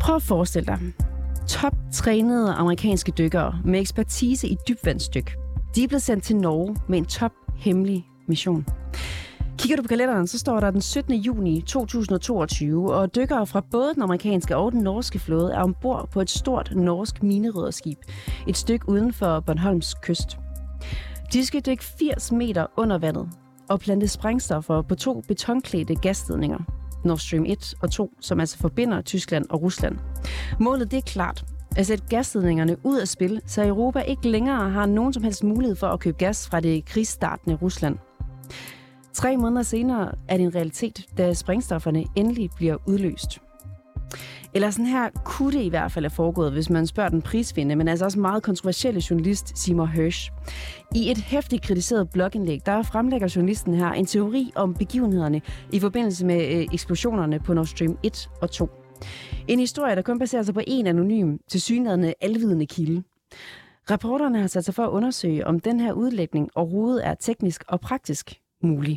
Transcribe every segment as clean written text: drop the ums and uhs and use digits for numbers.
Prøv at forestille dig. Top-trænede amerikanske dykkere med ekspertise i dybvandsdyk. De er blevet sendt til Norge med en top-hemmelig mission. Kigger du på kalenderen, så står der den 17. juni 2022, og dykkere fra både den amerikanske og den norske flåde er ombord på et stort norsk minerydderskib, et stykke uden for Bornholms kyst. De skal dykke 80 meter under vandet og plante sprængstoffer på 2 betonklædte gasledninger, Nord Stream 1 og 2, som altså forbinder Tyskland og Rusland. Målet det er klart, at sætte gasledningerne ud af spil, så Europa ikke længere har nogen som helst mulighed for at købe gas fra det krigsstartende Rusland. 3 måneder senere er det en realitet, da sprængstofferne endelig bliver udløst. Eller sådan her kunne det i hvert fald have foregået, hvis man spørger den prisvindende, men altså også meget kontroversielle journalist Seymour Hersh. I et hæftigt kritiseret blogindlæg, der fremlægger journalisten her en teori om begivenhederne i forbindelse med eksplosionerne på Nord Stream 1 og 2. En historie, der kun baserer sig på en anonym, tilsyneladende alvidende kilde. Reporterne har sat sig for at undersøge, om den her udlægning overhovedet er teknisk og praktisk mulig.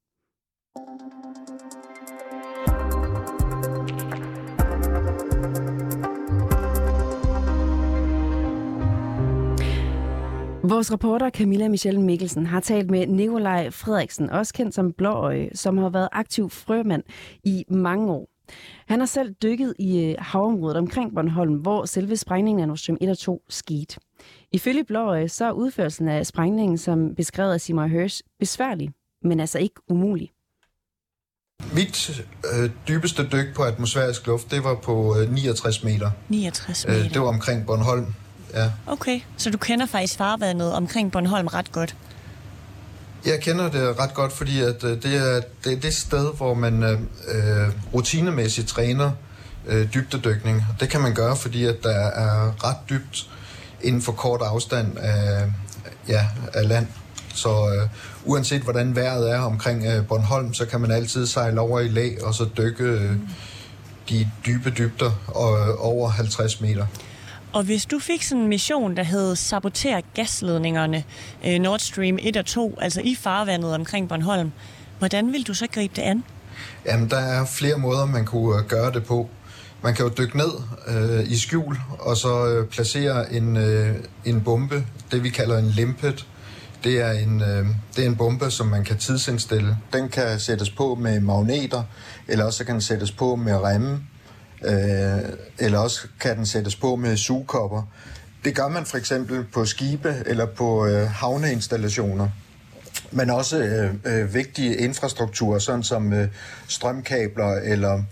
Vores reporter Camilla Michelle Mikkelsen har talt med Nikolaj Frederiksen, også kendt som Blåøje, som har været aktiv frømand i mange år. Han har selv dykket i havområdet omkring Bornholm, hvor selve sprængningen af Nord Stream 1 og 2 skete. Ifølge Blåøje så er udførelsen af sprængningen, som beskrevet af Seymour Hersh, besværlig, men altså ikke umulig. Mit dybeste dyk på atmosfærisk luft, det var på 69 meter. 69 meter? Det var omkring Bornholm, ja. Okay, så du kender faktisk farvandet omkring Bornholm ret godt? Jeg kender det ret godt, fordi at det er det sted, hvor man rutinemæssigt træner dybdedykning. Det kan man gøre, fordi at der er ret dybt inden for kort afstand af land. Så uanset hvordan vejret er omkring Bornholm, så kan man altid sejle over i læ og så dykke de dybe dybder over 50 meter. Og hvis du fik sådan en mission, der hed sabotere gasledningerne, Nord Stream 1 og 2, altså i farvandet omkring Bornholm, hvordan vil du så gribe det an? Jamen, der er flere måder, man kunne gøre det på. Man kan jo dykke ned i skjul, og så placere en bombe, det vi kalder en limpet. Det er en bombe, som man kan tidsindstille. Den kan sættes på med magneter, eller også kan den sættes på med remme, eller også kan den sættes på med sugekopper. Det gør man for eksempel på skibe eller på havneinstallationer, men også vigtige infrastrukturer, sådan som strømkabler eller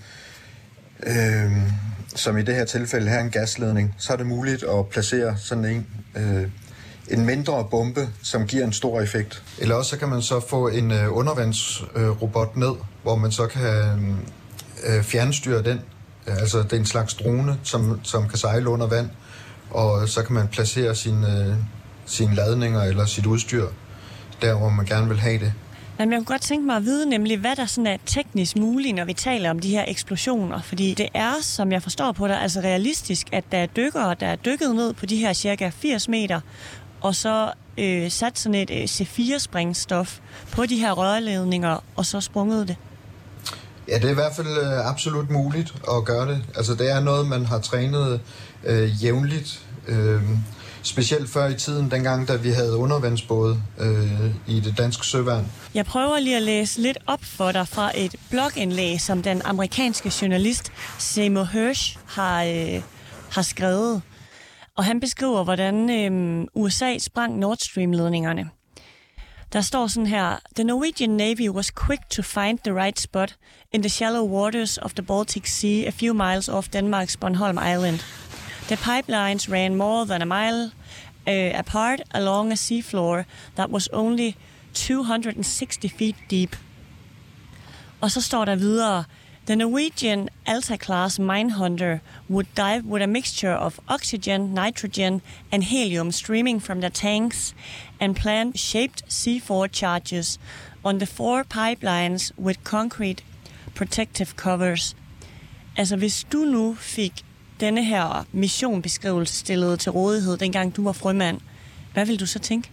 som i det her tilfælde her en gasledning. Så er det muligt at placere sådan en mindre bombe, som giver en stor effekt. Eller også så kan man så få en undervandsrobot ned, hvor man så kan fjernstyre den. Altså det er en slags drone, som kan sejle under vand, og så kan man placere sine ladninger eller sit udstyr der, hvor man gerne vil have det. Men jeg kunne godt tænke mig at vide nemlig, hvad der sådan er teknisk muligt, når vi taler om de her eksplosioner. Fordi det er, som jeg forstår på dig, altså realistisk, at der er dykkere, der er dykket ned på de her cirka 80 meter, og så sat sådan et C4-sprængstof på de her rørledninger, og så sprunget det. Ja, det er i hvert fald absolut muligt at gøre det. Altså det er noget, man har trænet jævnligt. Specielt før i tiden, dengang da vi havde undervandsbåde i det danske søværn. Jeg prøver lige at læse lidt op for dig fra et blogindlæg, som den amerikanske journalist Seymour Hersh har skrevet. Og han beskriver, hvordan USA sprang Nord Stream-ledningerne. Der står sådan her: The Norwegian Navy was quick to find the right spot in the shallow waters of the Baltic Sea a few miles off Denmark's Bornholm Island. The pipelines ran more than a mile apart along a seafloor that was only 260 feet deep. Og så står der videre: The Norwegian Alta-class minehunter would dive with a mixture of oxygen, nitrogen and helium streaming from their tanks and plant shaped C4 charges on the 4 pipelines with concrete protective covers. Altså hvis du nu fik denne her missionbeskrivelse stillet til rådighed, dengang du var frømand, hvad vil du så tænke?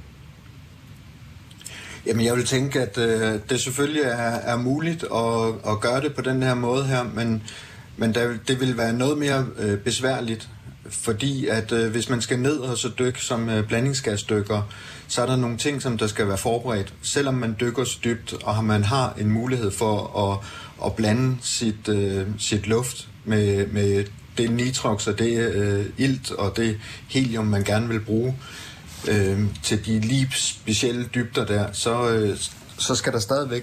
Jamen jeg vil tænke, at det selvfølgelig er muligt at gøre det på den her måde her, Men det vil være noget mere besværligt, fordi at hvis man skal ned og så dykke som blandingsgasdykker, så er der nogle ting, som der skal være forberedt. Selvom man dykker så dybt, og man har en mulighed for at blande sit luft med det nitrox og det ilt og det helium, man gerne vil bruge til de lige specielle dybder der, så skal der stadigvæk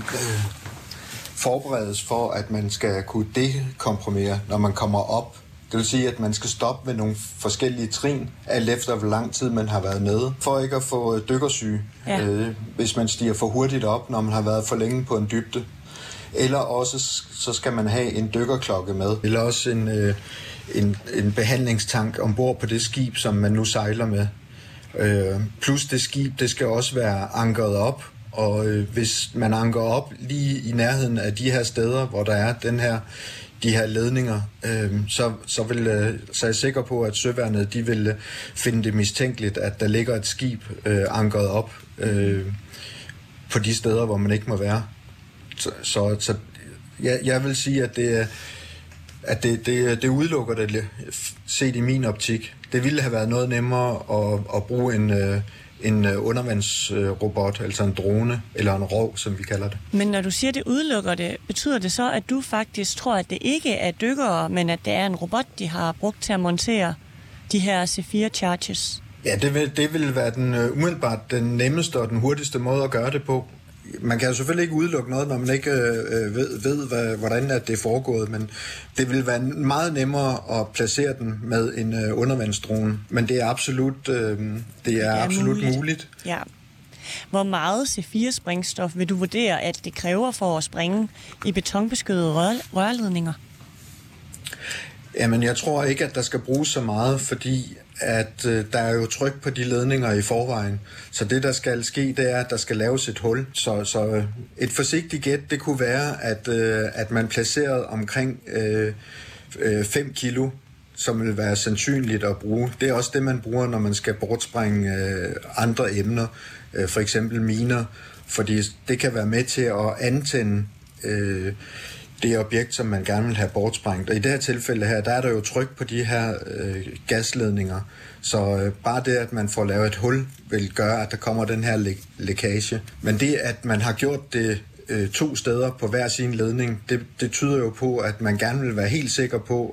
forberedes for, at man skal kunne dekomprimere, når man kommer op. Det vil sige, at man skal stoppe ved nogle forskellige trin, alt efter hvor lang tid man har været nede, for ikke at få dykkersyge, hvis man stiger for hurtigt op, når man har været for længe på en dybde. Eller også så skal man have en dykkerklokke med, eller også en behandlingstank ombord på det skib, som man nu sejler med. Plus det skib, det skal også være ankret op, og hvis man anker op lige i nærheden af de her steder, hvor der er de her ledninger, så er jeg sikker på, at søværnet de vil finde det mistænkeligt, at der ligger et skib ankret op på de steder, hvor man ikke må være. Så jeg vil sige, at det udelukker det set i min optik. Det ville have været noget nemmere at bruge en undervandsrobot, altså en drone, eller en rov, som vi kalder det. Men når du siger, det udelukker det, betyder det så, at du faktisk tror, at det ikke er dykkere, men at det er en robot, de har brugt til at montere de her C4 charges? Ja, det vil være umiddelbart den nemmeste og den hurtigste måde at gøre det på. Man kan jo selvfølgelig ikke udelukke noget, når man ikke ved hvordan det er foregået, men det vil være meget nemmere at placere den med en undervandsdrone. Men det er absolut muligt. Ja. Hvor meget C4-sprængstof vil du vurdere, at det kræver for at springe i betonbeskyttede rørledninger? Jamen, jeg tror ikke, at der skal bruges så meget, fordi at der er jo tryk på de ledninger i forvejen. Så det, der skal ske, det er, at der skal laves et hul. Så et forsigtigt gæt, det kunne være, at man placerede omkring 5 kilo, som vil være sandsynligt at bruge. Det er også det, man bruger, når man skal bortsprænge andre emner, for eksempel miner, fordi det kan være med til at antænde det objekt, som man gerne vil have bortsprængt. Og i det her tilfælde her, der er der jo tryk på de her gasledninger. Så bare det, at man får lavet et hul, vil gøre, at der kommer den her lækage. Men det, at man har gjort det 2 steder på hver sin ledning, det tyder jo på, at man gerne vil være helt sikker på,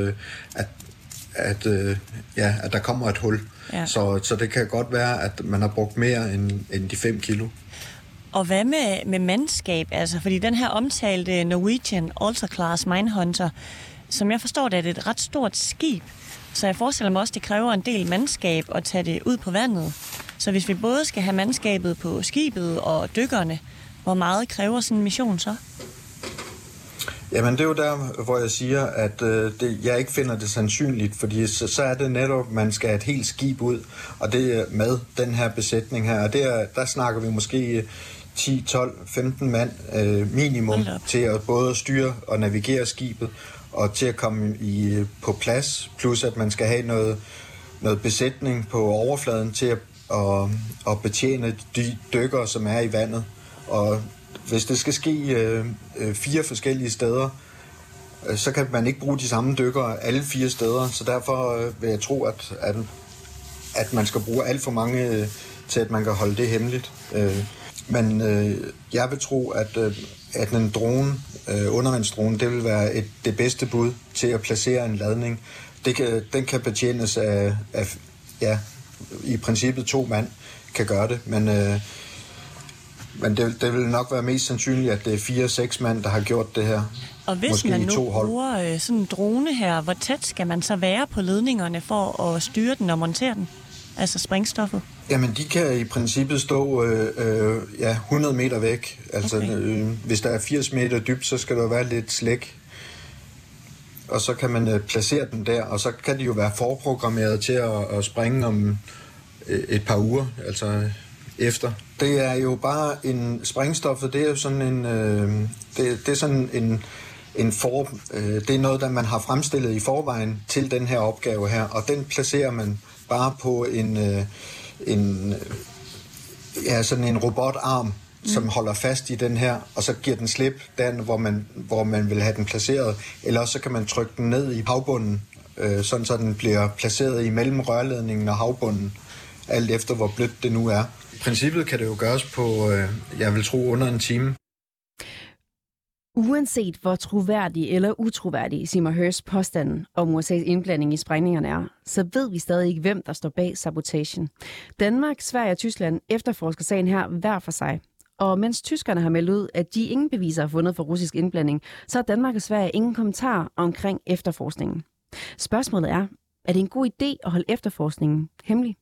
at der kommer et hul. Ja. Så det kan godt være, at man har brugt mere end de 5 kilo. Og hvad med mandskab? Altså, fordi den her omtalte Norwegian Ultra Class Minehunter, som jeg forstår, det er et ret stort skib. Så jeg forestiller mig også, det kræver en del mandskab at tage det ud på vandet. Så hvis vi både skal have mandskabet på skibet og dykkerne, hvor meget kræver sådan en mission så? Jamen, det er jo der, hvor jeg siger, at jeg ikke finder det sandsynligt, fordi så er det netop, at man skal have et helt skib ud, og det er med den her besætning her. Og der snakker vi måske 10, 12, 15 mand minimum til at både styre og navigere skibet, og til at komme på plads, plus at man skal have noget besætning på overfladen til at betjene de dykkere, som er i vandet. Og hvis det skal ske 4 forskellige steder, så kan man ikke bruge de samme dykkere alle 4 steder, så derfor vil jeg tro, at man skal bruge alt for mange til, at man kan holde det hemmeligt. Men jeg vil tro, at en drone, undervandsdrone, det vil være det bedste bud til at placere en ladning. Den kan betjenes af i princippet 2 mand kan gøre det, men det vil nok være mest sandsynligt, at det er 4-6 mand, der har gjort det her. Og hvis måske man nu bruger sådan en drone her, hvor tæt skal man så være på ledningerne for at styre den og montere den? Altså sprængstoffet? Jamen, de kan i princippet stå 100 meter væk. Altså, okay. Hvis der er 80 meter dybt, så skal der være lidt slæk. Og så kan man placere den der, og så kan de jo være forprogrammeret til at springe om et par uger, altså efter. Det er jo bare sprængstoffet, det er jo sådan det er sådan det er noget, der man har fremstillet i forvejen til den her opgave her, og den placerer man bare på sådan en robotarm, som holder fast i den her, og så giver den slip der, hvor man vil have den placeret. Eller også så kan man trykke den ned i havbunden, sådan så den bliver placeret imellem rørledningen og havbunden, alt efter hvor blødt det nu er. I princippet kan det jo gøres på, jeg vil tro, under en time. Uanset hvor troværdig eller utroværdig Seymour Hersh påstanden om USA's indblanding i sprængningerne er, så ved vi stadig ikke, hvem der står bag sabotagen. Danmark, Sverige og Tyskland efterforsker sagen her hver for sig. Og mens tyskerne har meldt ud, at de ingen beviser har fundet for russisk indblanding, så har Danmark og Sverige ingen kommentar omkring efterforskningen. Spørgsmålet er det en god idé at holde efterforskningen hemmelig?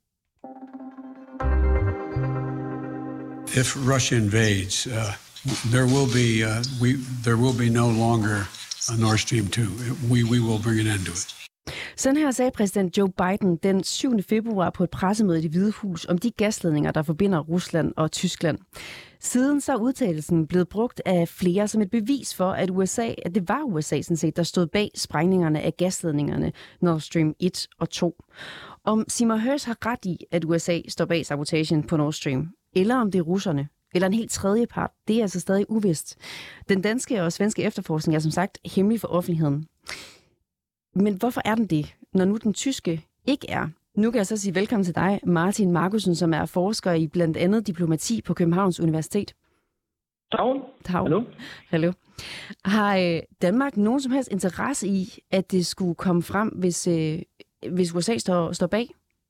If Russia invades, there will be no longer a Nord Stream 2. We will bring an end to it. Sådan her sagde præsident Joe Biden den 7. februar på et pressemøde i Det Hvide Hus om de gasledninger, der forbinder Rusland og Tyskland. Siden så er udtalelsen blevet brugt af flere som et bevis for, at det var USA sådan set, der stod bag sprængningerne af gasledningerne Nord Stream 1 og 2. Om Seymour Hersh har ret i, at USA står bag sabotagen på Nord Stream, eller om det er russerne, eller en helt tredje part, det er altså stadig uvist. Den danske og svenske efterforskning er som sagt hemmelig for offentligheden. Men hvorfor er den det, når nu den tyske ikke er? Nu kan jeg så sige velkommen til dig, Martin Markussen, som er forsker i blandt andet diplomati på Københavns Universitet. Hallo. Hallo. Har Danmark nogen som helst interesse i, at det skulle komme frem, hvis USA står bag?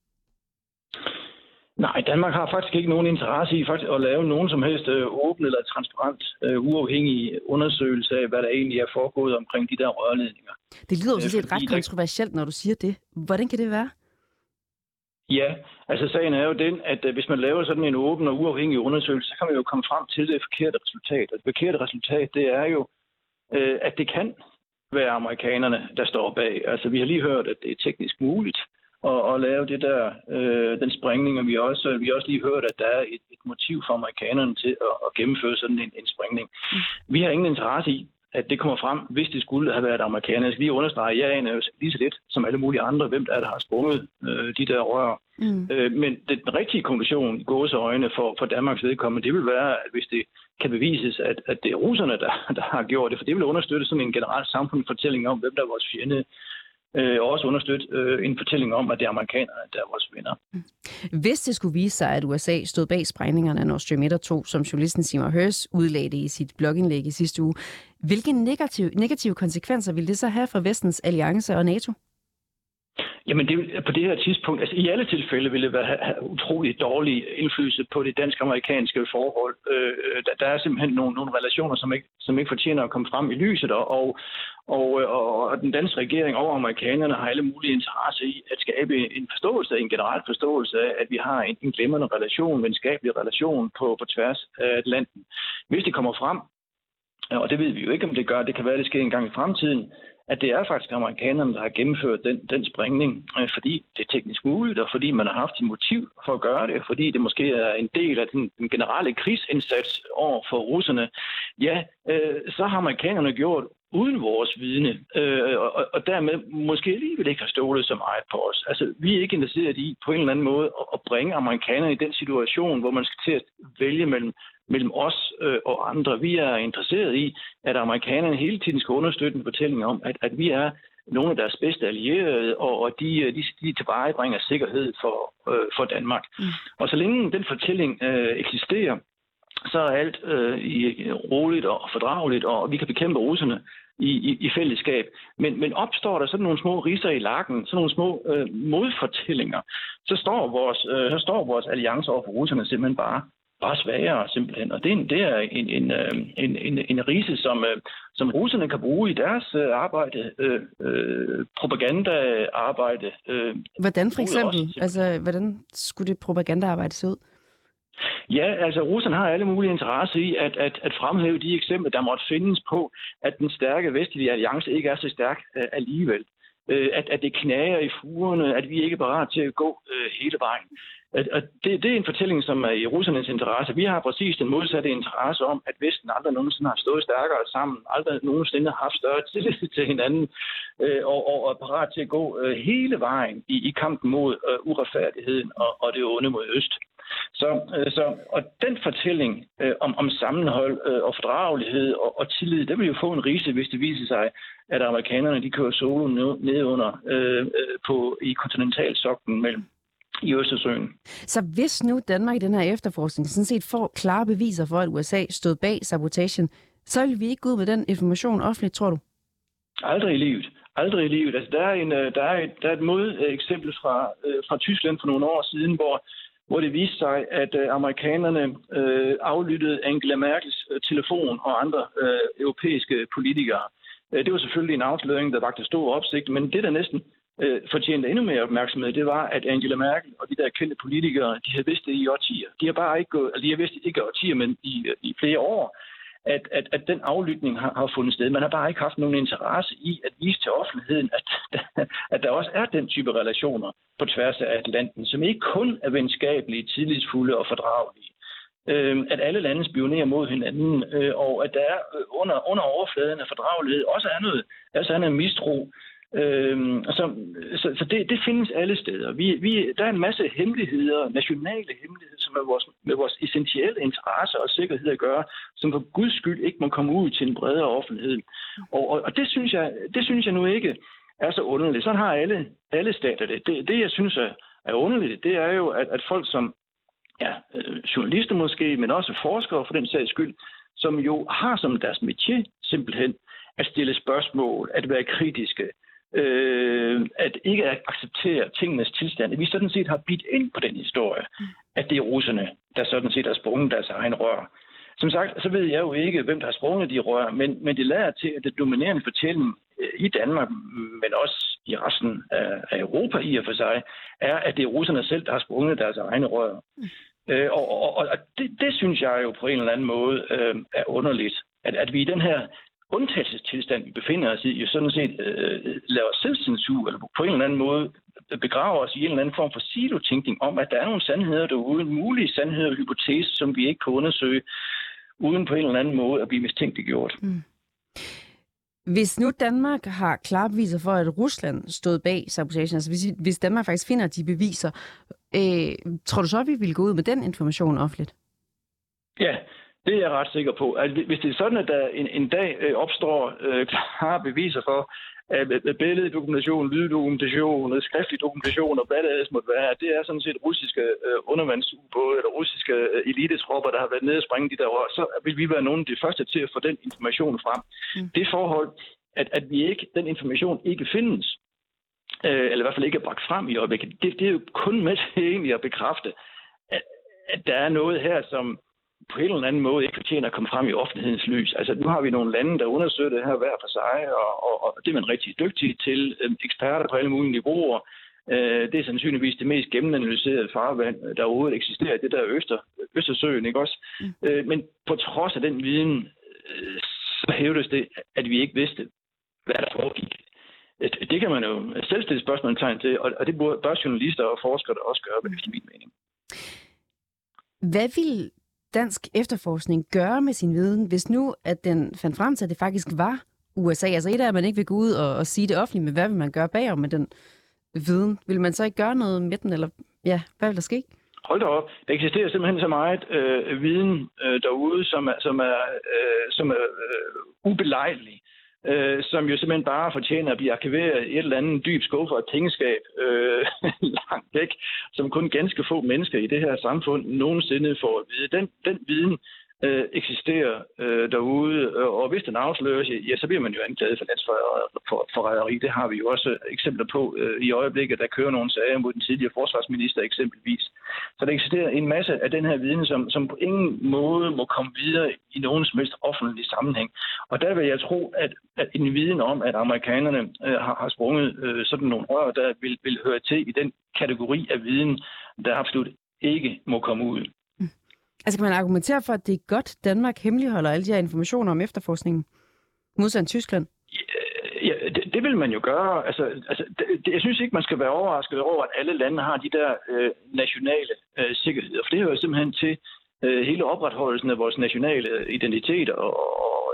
Nej, Danmark har faktisk ikke nogen interesse i at lave nogen som helst åben eller transparent, uafhængig undersøgelse af, hvad der egentlig er foregået omkring de der rørledninger. Det lyder jo sådan set ret kontroversielt, når du siger det. Hvordan kan det være? Ja, altså sagen er jo den, at hvis man laver sådan en åben og uafhængig undersøgelse, så kan man jo komme frem til det forkerte resultat. Og det forkerte resultat, det er jo, at det kan være amerikanerne, der står bag. Altså vi har lige hørt, at det er teknisk muligt at lave det der, den sprængning, og vi har også lige hørt, at der er et motiv for amerikanerne til at gennemføre sådan en sprængning. Vi har ingen interesse i, at det kommer frem, hvis det skulle have været amerikanerne. Jeg skal lige understrege, jeg aner jo lige så lidt som alle mulige andre, hvem der har sprunget de der rør. Men den rigtige konklusion i gåseøjne for Danmarks vedkommende, det vil være, at hvis det kan bevises, at det er russerne, der har gjort det, for det vil understøtte sådan en generel samfundsfortælling om, hvem der er vores fjende, og også understøtte en fortælling om, at det er amerikanerne, der er vores venner. Hvis det skulle vise sig, at USA stod bag sprængningerne af Nord Stream 1 og 2, som journalisten Seymour Hersh udlagde i sit blogindlæg i sidste uge, hvilke negative konsekvenser vil det så have for Vestens alliance og NATO? Jamen på det her tidspunkt, altså i alle tilfælde ville det have utrolig dårlig indflydelse på det dansk-amerikanske forhold. Der er simpelthen nogle relationer, som ikke fortjener at komme frem i lyset, og den danske regering og amerikanerne har alle mulige interesse i at skabe en generel forståelse af, at vi har en glimrende relation, en venskabelig relation på tværs af Atlanten. Hvis det kommer frem, og det ved vi jo ikke, om det gør, det kan være, det sker en gang i fremtiden, at det er faktisk amerikanerne, der har gennemført den sprængning, fordi det er teknisk muligt, og fordi man har haft et motiv for at gøre det, fordi det måske er en del af den generelle krigsindsats over for russerne, så har amerikanerne gjort uden vores vidne, og dermed måske alligevel ikke har stolet så meget på os. Altså, vi er ikke interesseret i på en eller anden måde at bringe amerikanerne i den situation, hvor man skal til at vælge mellem os og andre. Vi er interesseret i, at amerikanerne hele tiden skal understøtte en fortælling om, at vi er nogle af deres bedste allierede, og de tilvejebringer sikkerhed for Danmark. Og så længe den fortælling eksisterer, så er alt roligt og fordrageligt, og vi kan bekæmpe russerne i fællesskab. Men opstår der sådan nogle små ridser i lakken, sådan nogle små modfortællinger, så står vores alliance over for russerne simpelthen bare svagere simpelthen. Og det er en rise, som russerne kan bruge i deres arbejde, propagandaarbejde. Hvordan for eksempel? Hvordan skulle det propagandaarbejde se ud? Ja, altså russerne har alle mulige interesse i at fremhæve de eksempler, der måtte findes på, at den stærke vestlige alliance ikke er så stærk alligevel. At det knager i fugerne, at vi ikke er parat til at gå hele vejen. Det er en fortælling, som er i russernes interesse. Vi har præcis den modsatte interesse om, at Vesten aldrig nogensinde har stået stærkere sammen, aldrig nogensinde har haft større tillid til hinanden, og er parat til at gå hele vejen i kampen mod uretfærdigheden og det onde mod øst. Og den fortælling om sammenhold og fordragelighed og tillid, der vil jo få en rise, hvis det viser sig, at amerikanerne de kører solo ned under i kontinentalsoklen mellem i Østersøen. Så hvis nu Danmark i den her efterforskning sådan set får klare beviser for, at USA stod bag sabotagen, så vil vi ikke gå ud med den information offentligt, tror du? Aldrig i livet. Aldrig i livet. Altså, der er et modeksempel fra Tyskland for nogle år siden, hvor det viste sig, at amerikanerne aflyttede Angela Merkels telefon og andre europæiske politikere. Det var selvfølgelig en afsløring, der vagte stor opsigt, men det, der næsten fortjente endnu mere opmærksomhed, det var, at Angela Merkel og de der kendte politikere, de havde vidst det i årtier. De har vidst det ikke i årtier, men i flere år, at den aflytning har fundet sted. Man har bare ikke haft nogen interesse i at vise til offentligheden, at der også er den type relationer på tværs af Atlanten, som ikke kun er venskabelige, tillidsfulde og fordragelige. At alle lande spionerer mod hinanden, og at der er under overfladen af fordragelighed også er noget mistro. Så det findes alle steder. Der er en masse hemmeligheder, nationale hemmeligheder, som er med vores essentielle interesser og sikkerhed at gøre, som for Guds skyld ikke må komme ud til en bredere offentlighed. Og det synes jeg nu ikke er så underligt. Sådan har alle stater det. Det jeg synes er underligt, det er jo, at folk som journalister måske, men også forskere for den sags skyld, som jo har som deres métier simpelthen at stille spørgsmål, at være kritiske, at ikke acceptere tingenes tilstand. Vi sådan set har bidt ind på den historie, at det er russerne, der sådan set har sprunget deres egen rør. Som sagt, så ved jeg jo ikke, hvem der har sprunget de rør, men det lader til, at det dominerende fortælling i Danmark, men også i resten af Europa i og for sig, er, at det er russerne selv, der har sprunget deres egne rør. Og det synes jeg jo på en eller anden måde er underligt, at vi i den her undtagelsestilstand, vi befinder os i, jo sådan set laver selvcensur, eller på en eller anden måde begraver os i en eller anden form for silotænkning om, at der er nogle sandheder derude, mulige sandheder og hypoteser, som vi ikke kan undersøge, uden på en eller anden måde at blive mistænkeliggjort. Hvis nu Danmark har klare beviser for, at Rusland stod bag sabotagen, altså hvis Danmark faktisk finder de beviser, tror du så, at vi vil gå ud med den information offentligt? Ja, det er jeg ret sikker på. Altså, hvis det er sådan, at der en dag opstår klare beviser for, at billeddokumentation, lyddokumentation, skriftlig dokumentation og hvad det ellers måtte være, det er sådan set russiske undervandsubåde eller russiske elitetropper, der har været nede og sprænge de der rør, så vil vi være nogle af de første til at få den information frem. Det forhold, at den information ikke findes, eller i hvert fald ikke er bragt frem i øjeblikket, det er jo kun med til egentlig at bekræfte, at der er noget her, som på en eller anden måde ikke fortjener at komme frem i offentlighedens lys. Altså, nu har vi nogle lande, der undersøger det her hver for sig, og det er man rigtig dygtige til. Eksperter på alle mulige niveauer. Det er sandsynligvis det mest gennemanalyserede farvand, der overhovedet eksisterer, det der Østersøen, ikke også? Men på trods af den viden, så hævdes det, at vi ikke vidste, hvad der foregik. Det kan man jo selv stille spørgsmålstegn til, og det bør journalister og forskere der også gøre, efter min mening. Hvad vil dansk efterforskning gøre med sin viden, hvis nu, at den fandt frem til, at det faktisk var USA? Altså et af, at man ikke vil gå ud og sige det offentligt, men hvad vil man gøre bagom med den viden? Vil man så ikke gøre noget med den, eller hvad vil der ske? Hold da op. Der eksisterer simpelthen så meget viden derude, som er ubelejlig, som jo simpelthen bare fortjener at blive arkiveret i et eller andet dyb skuffe og pengeskab langt væk, som kun ganske få mennesker i det her samfund nogensinde får at vide. Den viden eksisterer derude, og hvis den afsløres, så bliver man jo anklaget for landsforræderi. Det har vi jo også eksempler på i øjeblikket, der kører nogle sager mod den tidligere forsvarsminister eksempelvis. Så der eksisterer en masse af den her viden, som på ingen måde må komme videre i nogen som helst offentlig sammenhæng. Og der vil jeg tro, at en viden om, at amerikanerne har sprunget sådan nogle rør, der vil høre til i den kategori af viden, der absolut ikke må komme ud. Altså kan man argumentere for, at det er godt, Danmark hemmeligholder alle de her informationer om efterforskningen, modsat Tyskland? Ja, det vil man jo gøre. Jeg synes ikke, man skal være overrasket over, at alle lande har de der nationale sikkerheder. For det hører simpelthen til hele opretholdelsen af vores nationale identitet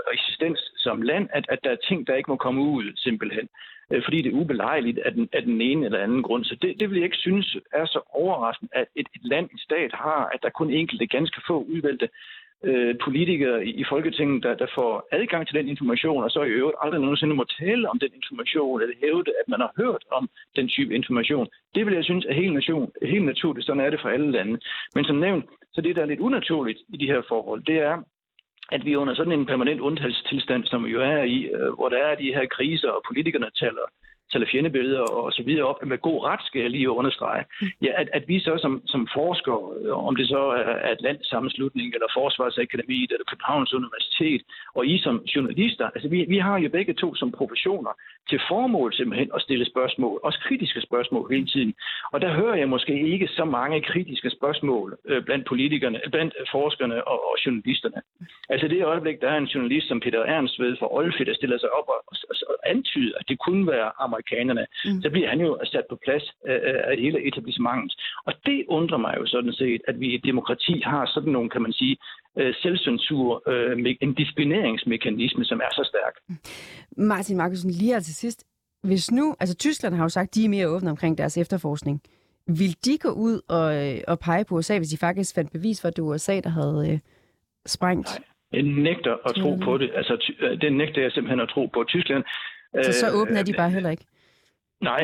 eksistens som land, at der er ting, der ikke må komme ud simpelthen, fordi det er ubelejligt af den ene eller anden grund. Så det vil jeg ikke synes er så overraskende, at et land, en stat har, at der kun enkelte ganske få udvalgte politikere i Folketinget, der får adgang til den information, og så i øvrigt aldrig nogensinde må tale om den information, eller hævde, at man har hørt om den type information. Det vil jeg synes er helt naturligt. Sådan er det for alle lande. Men som nævnt, så det, der er lidt unaturligt i de her forhold, det er, at vi er under sådan en permanent undtagelsestilstand, som vi jo er i, hvor der er de her kriser, og politikerne taler fjendebilleder og så videre op, med god ret, skal jeg lige understrege. Ja, at vi så som forskere, om det så er et landssammenslutning, eller Forsvarsakademiet, eller Københavns Universitet, og I som journalister, altså vi har jo begge to som professioner til formål simpelthen at stille spørgsmål, også kritiske spørgsmål hele tiden. Og der hører jeg måske ikke så mange kritiske spørgsmål blandt politikerne, blandt forskerne og journalisterne. Altså det øjeblik, der er en journalist som Peter Ernstved fra Olfi, der stiller sig op og antyder, at det kunne være amerikanerne, så bliver han jo sat på plads af hele etablissementet. Og det undrer mig jo sådan set, at vi i et demokrati har sådan nogle, kan man sige, selvcensur, en disciplineringsmekanisme, som er så stærk. Martin Markussen, lige her til sidst. Hvis nu, altså Tyskland har jo sagt, at de er mere åbne omkring deres efterforskning. Vil de gå ud og pege på USA, hvis de faktisk fandt bevis for, at det var USA, der havde sprængt? Nej, jeg nægter at tro på det. Altså, det nægter jeg simpelthen at tro på. Tyskland. Så åbne er de bare heller ikke? Nej.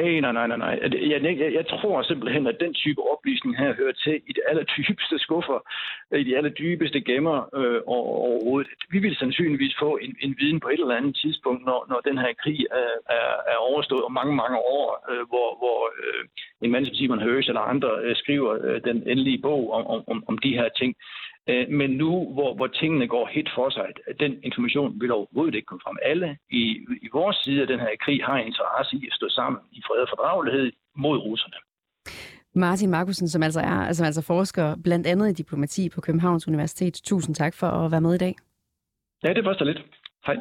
Jeg tror simpelthen, at den type oplysning her hører til i de allerdybeste skuffer, i de allerdybeste gemmer overhovedet. Vi vil sandsynligvis få en viden på et eller andet tidspunkt, når den her krig er overstået, og mange år, hvor en mand som Simon Hirsch eller andre skriver den endelige bog om de her ting. Men nu, hvor tingene går helt for sig, den information vil overhovedet ikke komme frem. Alle i vores side af den her krig har interesse i at stå sammen i fred og fordragelighed mod russerne. Martin Markussen, som altså forsker blandt andet i diplomati på Københavns Universitet. Tusind tak for at være med i dag. Ja, det var så lidt. Hej.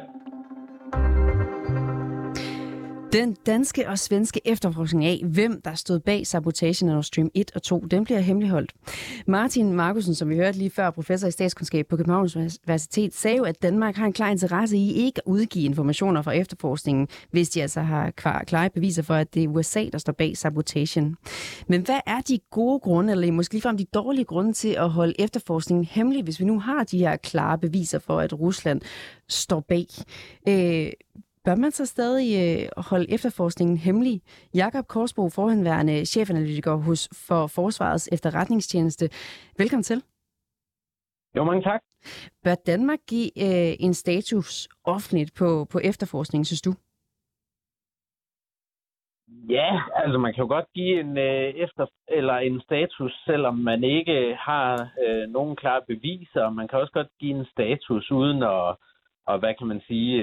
Den danske og svenske efterforskning af, hvem der stod bag sabotagen af Nord Stream 1 og 2, den bliver hemmeligholdt. Martin Markussen, som vi hørte lige før, professor i statskundskab på Københavns Universitet, sagde jo, at Danmark har en klar interesse i ikke at udgive informationer fra efterforskningen, hvis de altså har klare beviser for, at det er USA, der står bag sabotagen. Men hvad er de gode grunde, eller måske ligefrem de dårlige grunde til at holde efterforskningen hemmelig, hvis vi nu har de her klare beviser for, at Rusland står bag? Bør man så stadig holde efterforskningen hemmelig? Jakob Korsbo, forhenværende chefanalytiker for Forsvarets Efterretningstjeneste. Velkommen til. Jo, mange tak. Bør Danmark give en status offentligt på efterforskningen, synes du? Ja, altså man kan jo godt give en status, selvom man ikke har nogen klare beviser. Man kan også godt give en status uden og hvad kan man sige,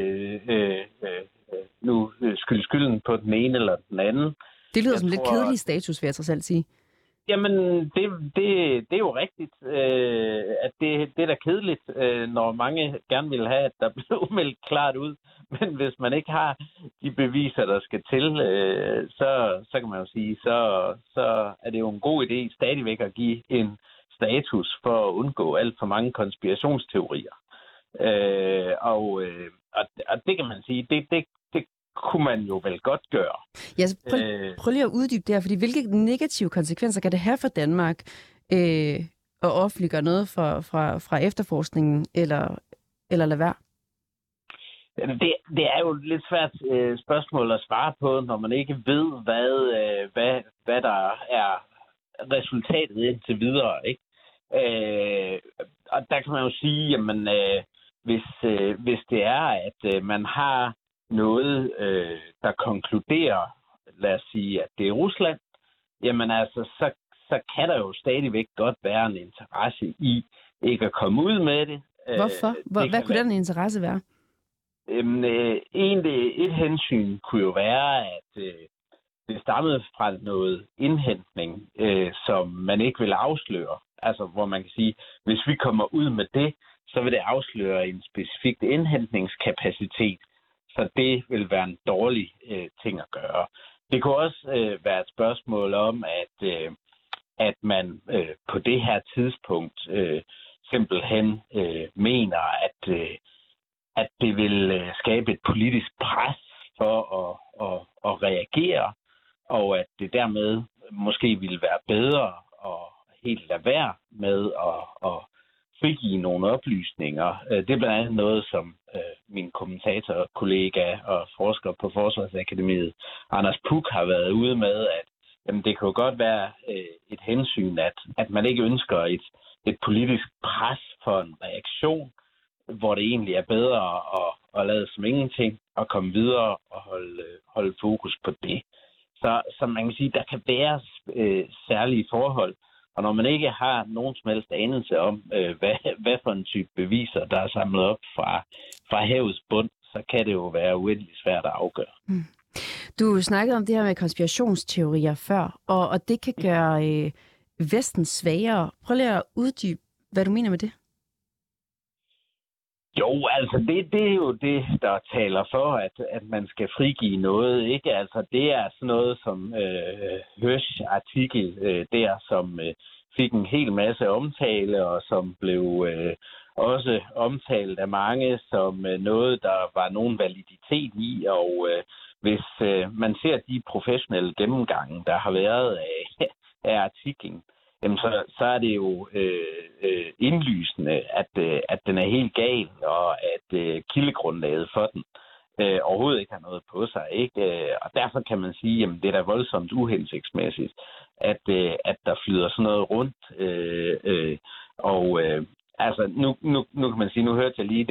nu skylden på den ene eller den anden. Det lyder som lidt kedelig status, vil jeg trods alt sige. Jamen, det er jo rigtigt, at det er da kedeligt, når mange gerne vil have, at der bliver meldt klart ud. Men hvis man ikke har de beviser, der skal til, så kan man jo sige, så er det jo en god idé stadigvæk at give en status for at undgå alt for mange konspirationsteorier. Og det kan man sige, det kunne man jo vel godt gøre. Ja, så prøv lige at uddybe det her, fordi hvilke negative konsekvenser kan det have for Danmark at offentliggøre noget fra efterforskningen, eller lade være? Det er jo et lidt svært spørgsmål at svare på, når man ikke ved, hvad der er resultatet indtil videre, ikke? Og der kan man jo sige, jamen, hvis det er, at man har noget, der konkluderer, lad os sige, at det er Rusland, jamen altså, så kan der jo stadigvæk godt være en interesse i ikke at komme ud med det. Hvorfor? Hvad kunne den interesse være? Egentlig et hensyn kunne jo være, at det stammede fra noget indhentning, som man ikke vil afsløre. Altså, hvor man kan sige, hvis vi kommer ud med det, så vil det afsløre en specifik indhentningskapacitet. Så det vil være en dårlig ting at gøre. Det kunne også være et spørgsmål om, at man på det her tidspunkt simpelthen mener, at det vil skabe et politisk pres for at reagere, og at det dermed måske ville være bedre at helt lade være med at frigive nogle oplysninger. Det er blandt andet noget, som min kommentatorkollega og forsker på Forsvarsakademiet, Anders Puk, har været ude med, at jamen, det kan jo godt være et hensyn, at man ikke ønsker et politisk pres for en reaktion, hvor det egentlig er bedre at lade som ingenting og komme videre og holde fokus på det. Så man kan sige, der kan være særlige forhold, og når man ikke har nogen som helst anelse om, hvad for en type beviser, der er samlet op fra havets bund, så kan det jo være uendeligt svært at afgøre. Mm. Du snakkede om det her med konspirationsteorier før, og det kan gøre Vesten svagere. Prøv lige at uddybe, hvad du mener med det. Jo, altså det er jo det, der taler for, at man skal frigive noget, ikke? Altså det er sådan noget som Hersh artikel der, som fik en hel masse omtale, og som blev også omtalt af mange som noget, der var nogen validitet i, og hvis man ser de professionelle gennemgange, der har været af artiklen, jamen så er det jo indlysende, at den er helt gal, og at kildegrundlaget for den overhovedet ikke har noget på sig, ikke? Og derfor kan man sige, at det er da voldsomt uhensigtsmæssigt, at der flyder sådan noget rundt. Altså nu kan man sige, nu hørte jeg lige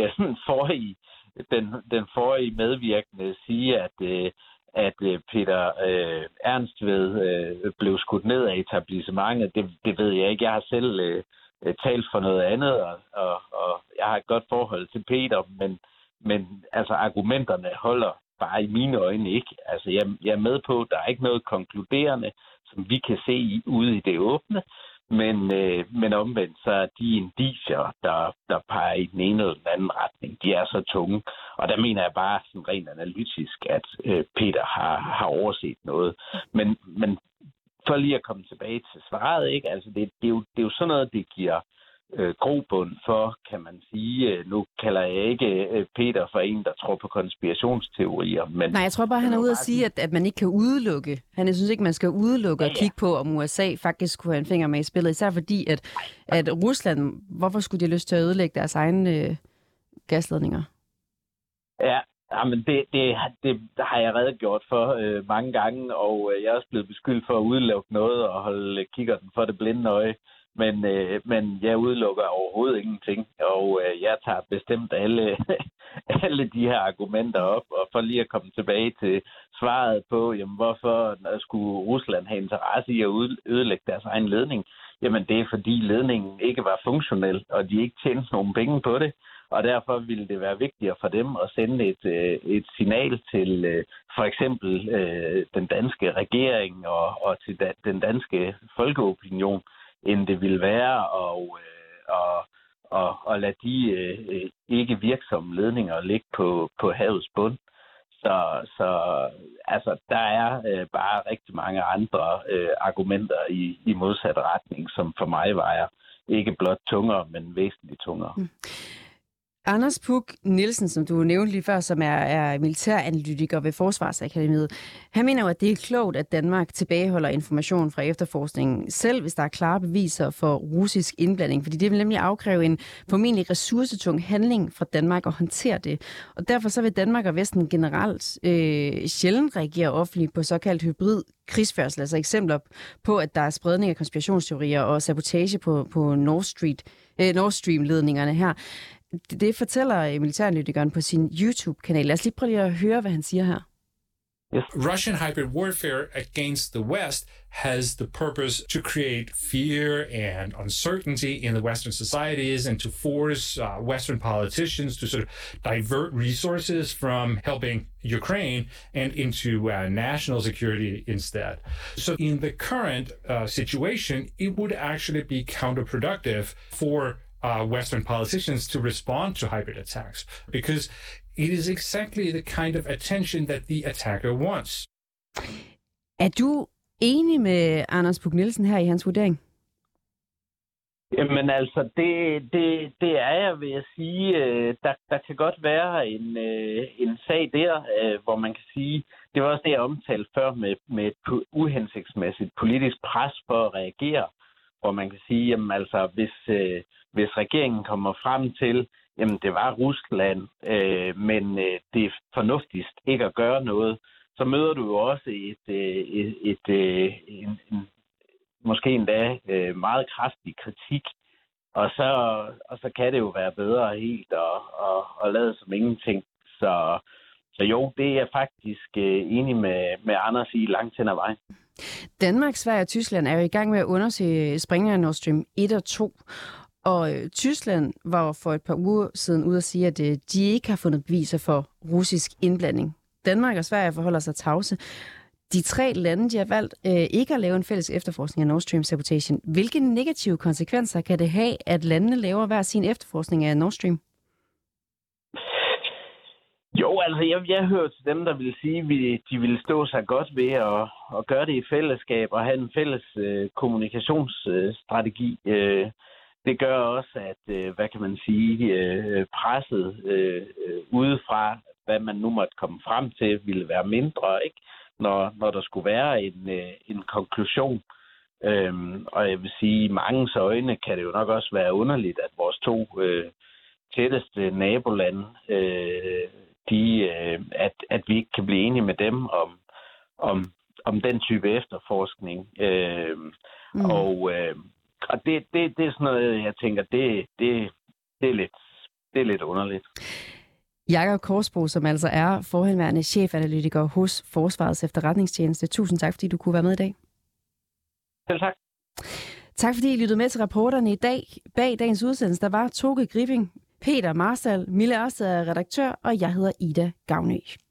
den forrige medvirkende sige, at Peter Ernstved blev skudt ned af etablissementet. Det ved jeg ikke. Jeg har selv talt for noget andet, og jeg har et godt forhold til Peter, men altså argumenterne holder bare i mine øjne ikke. Altså jeg er med på, at der er ikke noget konkluderende, som vi kan se ude i det åbne, men omvendt så er de indicier, der peger i den ene eller den anden retning, de er så tunge. Og der mener jeg bare sådan rent analytisk, at Peter har overset noget. Men for lige at komme tilbage til svaret, ikke? Altså det er jo sådan noget, det giver grobund for, kan man sige. Nu kalder jeg ikke Peter for en, der tror på konspirationsteorier. Men nej, jeg tror bare, han er ude at sige, at man ikke kan udelukke. Han synes ikke, man skal udelukke og kigge på, om USA faktisk kunne have en finger med i spillet. Især fordi, at Rusland, hvorfor skulle de have lyst til at ødelægge deres egne gasledninger? Ja, men det har jeg redegjort for mange gange, og jeg er også blevet beskyldt for at udelukke noget og holde kikkerten for det blinde øje. Men jeg udelukker overhovedet ingenting, og jeg tager bestemt alle de her argumenter op, og for lige at komme tilbage til svaret på, jamen hvorfor skulle Rusland have interesse i at ødelægge deres egen ledning? Jamen det er fordi ledningen ikke var funktionel, og de ikke tjente nogen penge på det, og derfor ville det være vigtigere for dem at sende et signal til for eksempel den danske regering og til den danske folkeopinion, end det ville være at lade de ikke virksomme ledninger ligge på havets bund. Så altså, der er bare rigtig mange andre argumenter i modsat retning, som for mig vejer ikke blot tungere, men væsentligt tungere. Mm. Anders Puk Nielsen, som du nævnte lige før, som er militæranalytiker ved Forsvarsakademiet, han mener jo, at det er klogt, at Danmark tilbageholder information fra efterforskningen, selv hvis der er klare beviser for russisk indblanding, fordi det vil nemlig afkræve en formentlig ressourcetung handling fra Danmark at håndtere det. Og derfor så vil Danmark og Vesten generelt sjældent reagere offentligt på såkaldt hybrid krigsførsel, altså eksempler på, at der er spredning af konspirationsteorier og sabotage på Nord Stream-ledningerne her. Det fortæller militæranalytikeren på sin YouTube-kanal. Lad os lige prøve at høre, hvad han siger her. Yes. Russian hybrid warfare against the West has the purpose to create fear and uncertainty in the Western societies and to force Western politicians to sort of divert resources from helping Ukraine and into national security instead. So in the current situation, it would actually be counterproductive for Western politicians to respond to hybrid attacks because it is exactly the kind of attention that the attacker wants. Er du enig med Anders Puk Nielsen her i hans vurdering? Jamen altså, det er jeg, vil jeg sige. Der kan godt være en sag der, hvor man kan sige, det var også det, jeg omtalte før med et uhensigtsmæssigt politisk pres for at reagere, hvor man kan sige, jamen altså, hvis regeringen kommer frem til, jamen det var Rusland, men det er fornuftigst ikke at gøre noget, så møder du jo også måske endda meget kraftig kritik. Og så kan det jo være bedre helt at lade som ingenting. Så jo, det er jeg faktisk enig med Anders i langt hen ad vejen. Danmark, Sverige og Tyskland er jo i gang med at undersøge sprængninger af Nord Stream 1 og 2. Og Tyskland var for et par uger siden ude at sige, at de ikke har fundet beviser for russisk indblanding. Danmark og Sverige forholder sig tavse. De 3 lande, de har valgt ikke at lave en fælles efterforskning af Nord Stream-sabotagen. Hvilke negative konsekvenser kan det have, at landene laver hver sin efterforskning af Nord Stream? Jo, altså jeg hører til dem, der vil sige, at de vil stå sig godt ved at gøre det i fællesskab og have en fælles kommunikationsstrategi. Det gør også, at hvad kan man sige, presset udefra, hvad man nu måtte komme frem til, ville være mindre, ikke? Når der skulle være en konklusion. Og jeg vil sige, i manges øjne kan det jo nok også være underligt, at vores 2 tætteste nabolande, at vi ikke kan blive enige med dem om den type efterforskning. Og det er sådan noget, jeg tænker, det er lidt underligt. Jakob Korsbro, som altså er forhenværende chefanalytiker hos Forsvarets Efterretningstjeneste. Tusind tak, fordi du kunne være med i dag. Selv tak. Tak fordi I lyttede med til reporterne i dag. Bag dagens udsendelse, der var Toge Gripping, Peter Marstal, Mille Ørsted er redaktør, og jeg hedder Ida Gavnø.